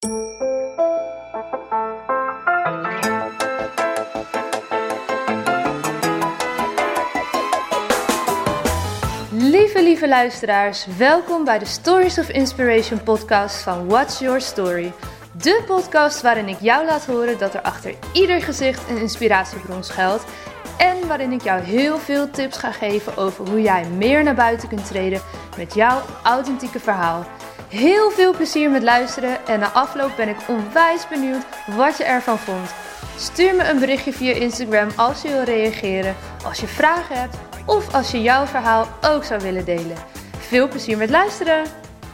Lieve luisteraars, welkom bij de Stories of Inspiration podcast van What's Your Story. De podcast waarin ik jou laat horen dat er achter ieder gezicht een inspiratiebron schuilt. En waarin ik jou heel veel tips ga geven over hoe jij meer naar buiten kunt treden met jouw authentieke verhaal. Heel veel plezier met luisteren en na afloop ben ik onwijs benieuwd wat je ervan vond. Stuur me een berichtje via Instagram als je wil reageren, als je vragen hebt of als je jouw verhaal ook zou willen delen. Veel plezier met luisteren!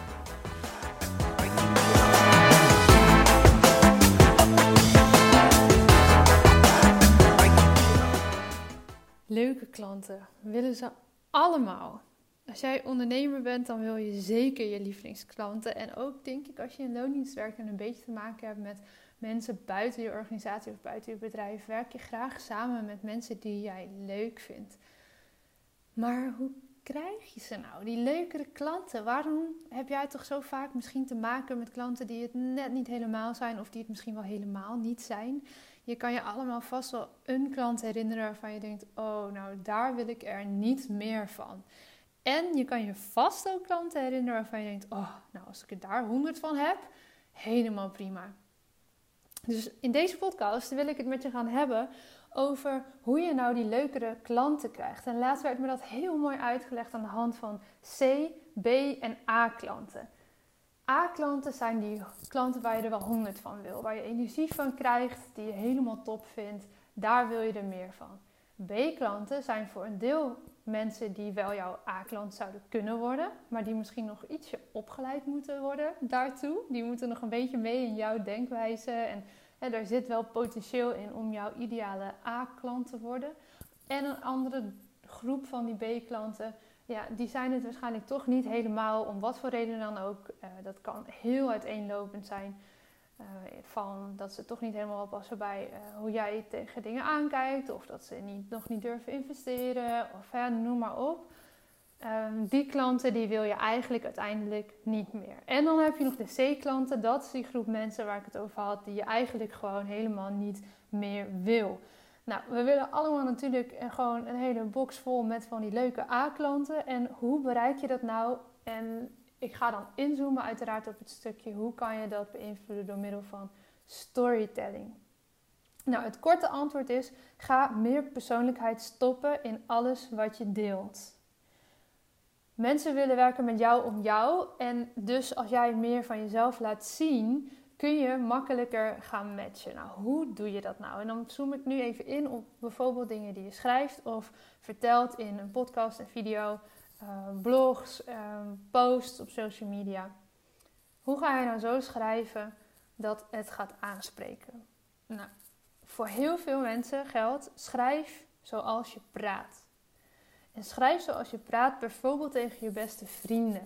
Leuke klanten, willen ze allemaal. Als jij ondernemer bent, dan wil je zeker je lievelingsklanten. En ook denk ik als je in loondienst werkt en een beetje te maken hebt met mensen buiten je organisatie of buiten je bedrijf, werk je graag samen met mensen die jij leuk vindt. Maar hoe krijg je ze nou, die leukere klanten? Waarom heb jij toch zo vaak misschien te maken met klanten die het net niet helemaal zijn of die het misschien wel helemaal niet zijn? Je kan je allemaal vast wel een klant herinneren waarvan je denkt, oh nou daar wil ik er niet meer van. En je kan je vast ook klanten herinneren waarvan je denkt, oh nou als ik er daar 100 van heb, helemaal prima. Dus in deze podcast wil ik het met je gaan hebben over hoe je nou die leukere klanten krijgt. En laatst werd me dat heel mooi uitgelegd aan de hand van C, B en A klanten. A-klanten zijn die klanten waar je er wel 100 van wil. Waar je energie van krijgt, die je helemaal top vindt. Daar wil je er meer van. B-klanten zijn voor een deel mensen die wel jouw A-klant zouden kunnen worden. Maar die misschien nog ietsje opgeleid moeten worden daartoe. Die moeten nog een beetje mee in jouw denkwijze. En daar zit wel potentieel in om jouw ideale A-klant te worden. En een andere groep van die B-klanten, ja, die zijn het waarschijnlijk toch niet helemaal, om wat voor reden dan ook. Dat kan heel uiteenlopend zijn. Van dat ze toch niet helemaal passen bij hoe jij tegen dingen aankijkt. Of dat ze nog niet durven investeren. Of noem maar op. Die klanten die wil je eigenlijk uiteindelijk niet meer. En dan heb je nog de C-klanten. Dat is die groep mensen waar ik het over had. Die je eigenlijk gewoon helemaal niet meer wil. Nou, we willen allemaal natuurlijk gewoon een hele box vol met van die leuke A-klanten. En hoe bereik je dat nou? En ik ga dan inzoomen uiteraard op het stukje hoe kan je dat beïnvloeden door middel van storytelling. Nou, het korte antwoord is, ga meer persoonlijkheid stoppen in alles wat je deelt. Mensen willen werken met jou om jou en dus als jij meer van jezelf laat zien, kun je makkelijker gaan matchen. Nou, hoe doe je dat nou? En dan zoom ik nu even in op bijvoorbeeld dingen die je schrijft of vertelt in een podcast, een video, blogs, posts op social media. Hoe ga je nou zo schrijven dat het gaat aanspreken? Nou, voor heel veel mensen geldt, schrijf zoals je praat. En schrijf zoals je praat bijvoorbeeld tegen je beste vrienden.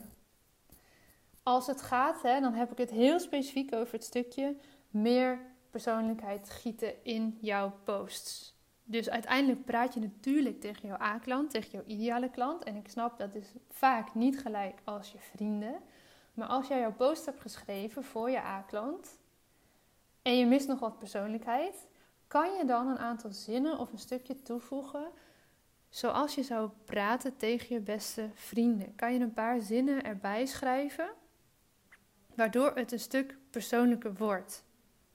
Als het gaat, dan heb ik het heel specifiek over het stukje meer persoonlijkheid gieten in jouw posts. Dus uiteindelijk praat je natuurlijk tegen jouw A-klant, tegen jouw ideale klant. En ik snap dat is vaak niet gelijk als je vrienden. Maar als jij jouw post hebt geschreven voor je A-klant en je mist nog wat persoonlijkheid, kan je dan een aantal zinnen of een stukje toevoegen zoals je zou praten tegen je beste vrienden. Kan je een paar zinnen erbij schrijven, waardoor het een stuk persoonlijker wordt.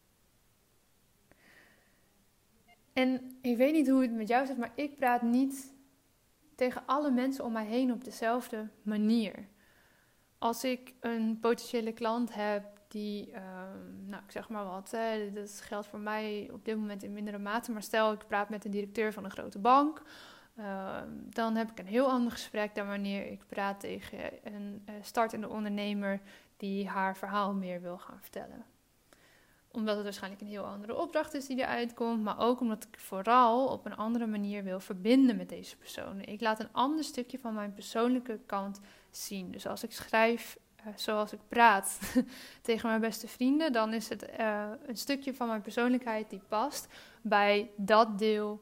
En ik weet niet hoe het met jou zit, maar ik praat niet tegen alle mensen om mij heen op dezelfde manier. Als ik een potentiële klant heb die, ik zeg maar wat, dat geldt voor mij op dit moment in mindere mate. Maar stel ik praat met een directeur van een grote bank, dan heb ik een heel ander gesprek dan wanneer ik praat tegen een startende ondernemer die haar verhaal meer wil gaan vertellen. Omdat het waarschijnlijk een heel andere opdracht is die eruit komt. Maar ook omdat ik vooral op een andere manier wil verbinden met deze personen. Ik laat een ander stukje van mijn persoonlijke kant zien. Dus als ik schrijf zoals ik praat tegen mijn beste vrienden, dan is het een stukje van mijn persoonlijkheid die past bij dat deel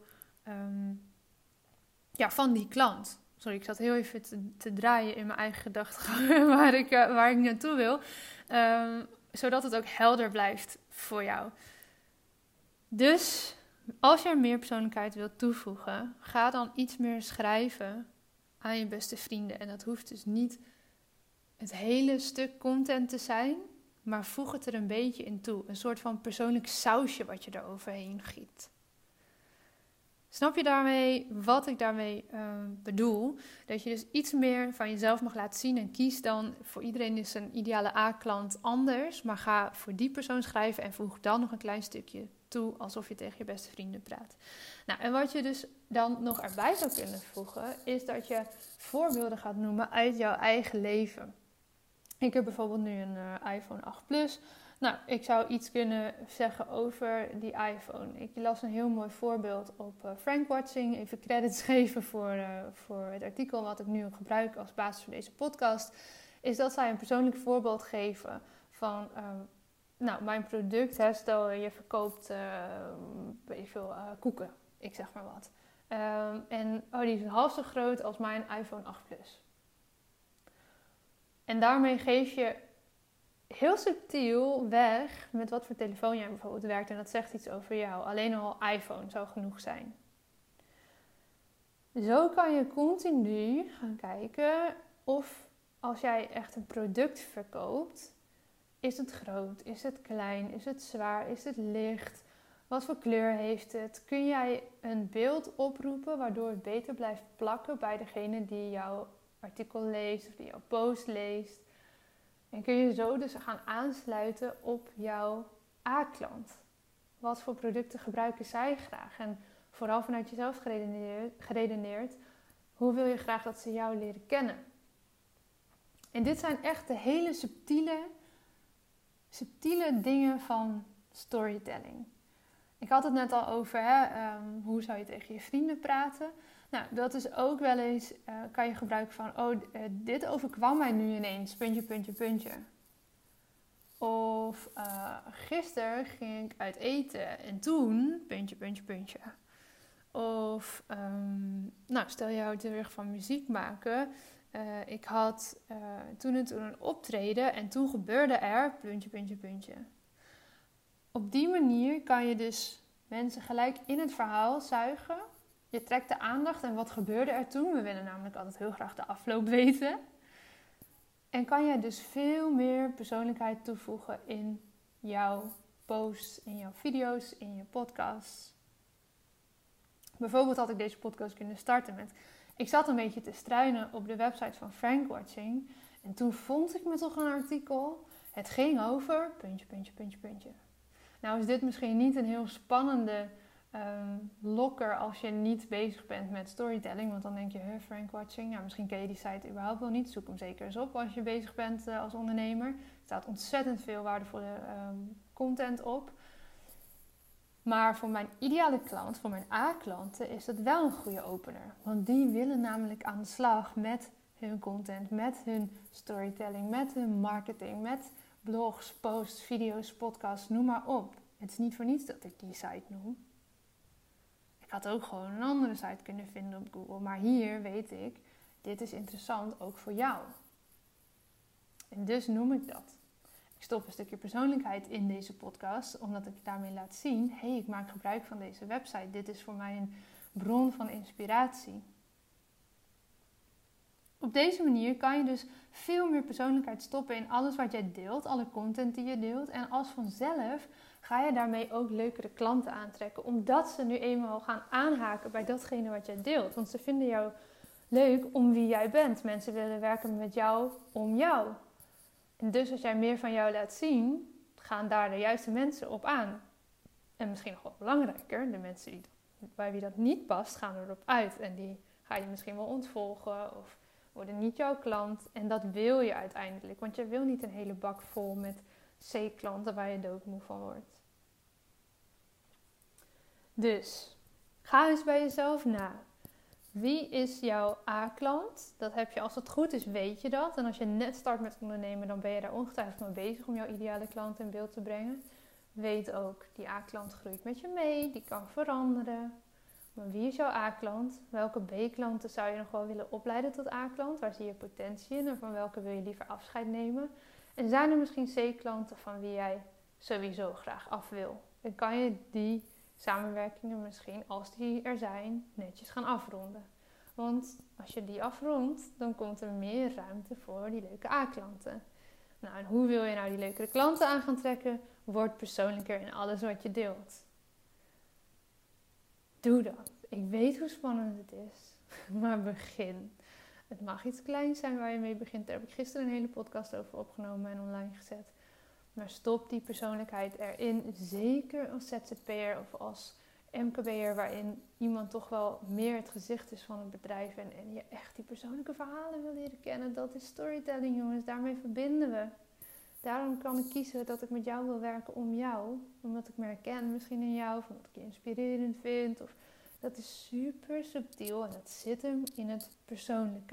van die klant. Sorry, ik zat heel even te draaien in mijn eigen gedachtegang waar ik naartoe wil. zodat het ook helder blijft voor jou. Dus als je er meer persoonlijkheid wilt toevoegen, ga dan iets meer schrijven aan je beste vrienden. En dat hoeft dus niet het hele stuk content te zijn, maar voeg het er een beetje in toe. Een soort van persoonlijk sausje wat je er overheen giet. Snap je daarmee wat ik daarmee bedoel? Dat je dus iets meer van jezelf mag laten zien. En kies dan, voor iedereen is een ideale A-klant anders. Maar ga voor die persoon schrijven en voeg dan nog een klein stukje toe. Alsof je tegen je beste vrienden praat. Nou, en wat je dus dan nog erbij zou kunnen voegen, is dat je voorbeelden gaat noemen uit jouw eigen leven. Ik heb bijvoorbeeld nu een iPhone 8 Plus. Nou, ik zou iets kunnen zeggen over die iPhone. Ik las een heel mooi voorbeeld op Frankwatching. Even credits geven voor het artikel wat ik nu ook gebruik als basis voor deze podcast. Is dat zij een persoonlijk voorbeeld geven van mijn product. Hè, stel je verkoopt weet je veel, koeken, ik zeg maar wat. Die is half zo groot als mijn iPhone 8 Plus. En daarmee geef je heel subtiel weg met wat voor telefoon jij bijvoorbeeld werkt. En dat zegt iets over jou. Alleen al iPhone zou genoeg zijn. Zo kan je continu gaan kijken of als jij echt een product verkoopt, is het groot, is het klein, is het zwaar, is het licht, wat voor kleur heeft het? Kun jij een beeld oproepen waardoor het beter blijft plakken bij degene die jouw artikel leest of die jouw post leest? En kun je zo dus gaan aansluiten op jouw A-klant. Wat voor producten gebruiken zij graag? En vooral vanuit jezelf geredeneerd, hoe wil je graag dat ze jou leren kennen? En dit zijn echt de hele subtiele dingen van storytelling. Ik had het net al over, hoe zou je tegen je vrienden praten? Nou, dat is ook wel eens, kan je gebruiken van, dit overkwam mij nu ineens, puntje, puntje, puntje. Of gisteren ging ik uit eten en toen, puntje, puntje, puntje. Of, stel je houdt heel erg van muziek maken. Ik had toen een optreden en toen gebeurde er, puntje, puntje, puntje. Op die manier kan je dus mensen gelijk in het verhaal zuigen. Je trekt de aandacht en wat gebeurde er toen? We willen namelijk altijd heel graag de afloop weten. En kan je dus veel meer persoonlijkheid toevoegen in jouw posts, in jouw video's, in je podcasts. Bijvoorbeeld had ik deze podcast kunnen starten met: ik zat een beetje te struinen op de website van Frankwatching. En toen vond ik me toch een artikel. Het ging over puntje, puntje, puntje, puntje. Nou is dit misschien niet een heel spannende lokker als je niet bezig bent met storytelling. Want dan denk je, Frankwatching, ja, misschien ken je die site überhaupt wel niet. Zoek hem zeker eens op als je bezig bent als ondernemer. Er staat ontzettend veel waardevolle content op. Maar voor mijn ideale klant, voor mijn A-klanten, is dat wel een goede opener. Want die willen namelijk aan de slag met hun content, met hun storytelling, met hun marketing, met blogs, posts, video's, podcasts, noem maar op. Het is niet voor niets dat ik die site noem. Ik had ook gewoon een andere site kunnen vinden op Google. Maar hier weet ik, dit is interessant ook voor jou. En dus noem ik dat. Ik stop een stukje persoonlijkheid in deze podcast, omdat ik daarmee laat zien, ik maak gebruik van deze website. Dit is voor mij een bron van inspiratie. Op deze manier kan je dus veel meer persoonlijkheid stoppen in alles wat jij deelt, alle content die je deelt. En als vanzelf ga je daarmee ook leukere klanten aantrekken, omdat ze nu eenmaal gaan aanhaken bij datgene wat jij deelt. Want ze vinden jou leuk om wie jij bent. Mensen willen werken met jou om jou. En dus als jij meer van jou laat zien, gaan daar de juiste mensen op aan. En misschien nog wel belangrijker, de mensen bij wie dat niet past, gaan erop uit. En die ga je misschien wel ontvolgen of worden niet jouw klant. En dat wil je uiteindelijk, want je wil niet een hele bak vol met C-klanten waar je doodmoe van wordt. Dus, ga eens bij jezelf na. Wie is jouw A-klant? Dat heb je, als het goed is, weet je dat. En als je net start met ondernemen, dan ben je daar ongetwijfeld mee bezig om jouw ideale klant in beeld te brengen. Weet ook, die A-klant groeit met je mee, die kan veranderen. Maar wie is jouw A-klant? Welke B-klanten zou je nog wel willen opleiden tot A-klant? Waar zie je potentie in en van welke wil je liever afscheid nemen? En zijn er misschien C-klanten van wie jij sowieso graag af wil? Dan kan je die samenwerkingen misschien, als die er zijn, netjes gaan afronden. Want als je die afrondt, dan komt er meer ruimte voor die leuke A-klanten. Nou, en hoe wil je nou die leukere klanten aan gaan trekken? Word persoonlijker in alles wat je deelt. Doe dat. Ik weet hoe spannend het is, maar begin. Het mag iets kleins zijn waar je mee begint. Daar heb ik gisteren een hele podcast over opgenomen en online gezet. Maar stop die persoonlijkheid erin. Zeker als ZZP'er of als MKB'er, waarin iemand toch wel meer het gezicht is van het bedrijf. En je echt die persoonlijke verhalen wil leren kennen. Dat is storytelling, jongens. Daarmee verbinden we. Daarom kan ik kiezen dat ik met jou wil werken om jou. Omdat ik me herken misschien in jou. Of omdat ik je inspirerend vind. Of dat is super subtiel en dat zit hem in het persoonlijke.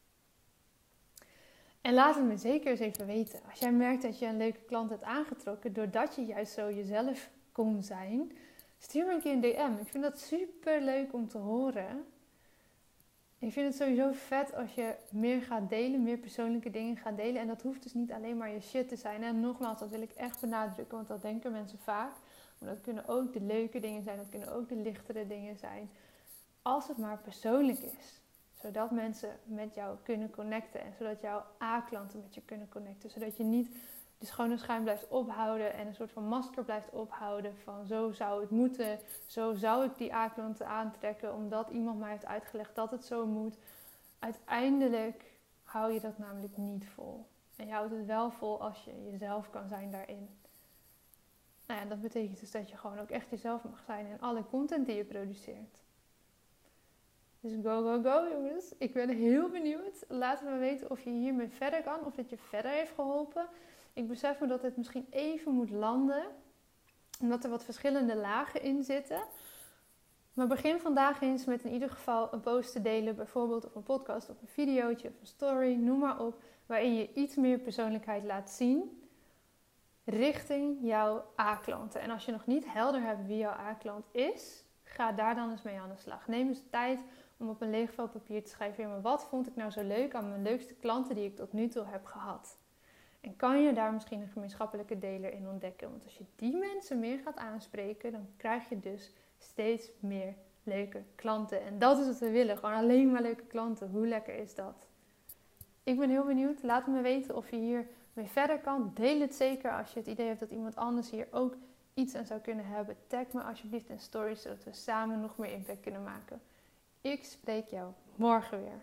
En laat het me zeker eens even weten. Als jij merkt dat je een leuke klant hebt aangetrokken, doordat je juist zo jezelf kon zijn, stuur me een keer een DM. Ik vind dat super leuk om te horen. Ik vind het sowieso vet als je meer gaat delen, meer persoonlijke dingen gaat delen. En dat hoeft dus niet alleen maar je shit te zijn. En nogmaals, dat wil ik echt benadrukken, want dat denken mensen vaak. Maar dat kunnen ook de leuke dingen zijn, dat kunnen ook de lichtere dingen zijn. Als het maar persoonlijk is. Zodat mensen met jou kunnen connecten. En zodat jouw A-klanten met je kunnen connecten. Zodat je niet de schone schuim blijft ophouden. En een soort van masker blijft ophouden. Van zo zou het moeten. Zo zou ik die A-klanten aantrekken. Omdat iemand mij heeft uitgelegd dat het zo moet. Uiteindelijk hou je dat namelijk niet vol. En je houdt het wel vol als je jezelf kan zijn daarin. Nou ja, dat betekent dus dat je gewoon ook echt jezelf mag zijn in alle content die je produceert. Dus go, go, go jongens. Ik ben heel benieuwd. Laat me weten of je hiermee verder kan. Of dit je verder heeft geholpen. Ik besef me dat dit misschien even moet landen. Omdat er wat verschillende lagen in zitten. Maar begin vandaag eens met in ieder geval een post te delen. Bijvoorbeeld of een podcast of een videootje of een story. Noem maar op. Waarin je iets meer persoonlijkheid laat zien. Richting jouw A-klanten. En als je nog niet helder hebt wie jouw A-klant is, ga daar dan eens mee aan de slag. Neem eens tijd om op een leeg vel papier te schrijven. Ja, maar wat vond ik nou zo leuk aan mijn leukste klanten die ik tot nu toe heb gehad? En kan je daar misschien een gemeenschappelijke deler in ontdekken? Want als je die mensen meer gaat aanspreken, dan krijg je dus steeds meer leuke klanten. En dat is wat we willen. Gewoon alleen maar leuke klanten. Hoe lekker is dat? Ik ben heel benieuwd. Laat me weten of je hier mee verder kan. Deel het zeker als je het idee hebt dat iemand anders hier ook iets aan zou kunnen hebben. Tag me alsjeblieft in stories, zodat we samen nog meer impact kunnen maken. Ik spreek jou morgen weer.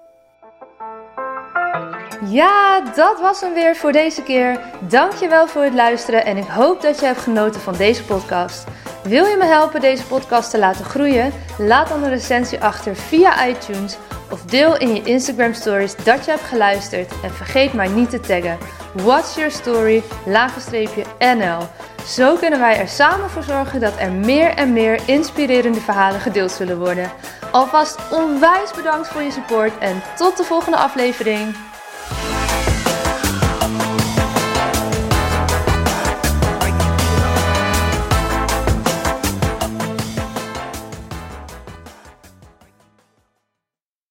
Ja, dat was hem weer voor deze keer. Dankjewel voor het luisteren en ik hoop dat je hebt genoten van deze podcast. Wil je me helpen deze podcast te laten groeien? Laat dan een recensie achter via iTunes of deel in je Instagram stories dat je hebt geluisterd. En vergeet maar niet te taggen whatsyourstory_NL. Zo kunnen wij er samen voor zorgen dat er meer en meer inspirerende verhalen gedeeld zullen worden. Alvast onwijs bedankt voor je support en tot de volgende aflevering.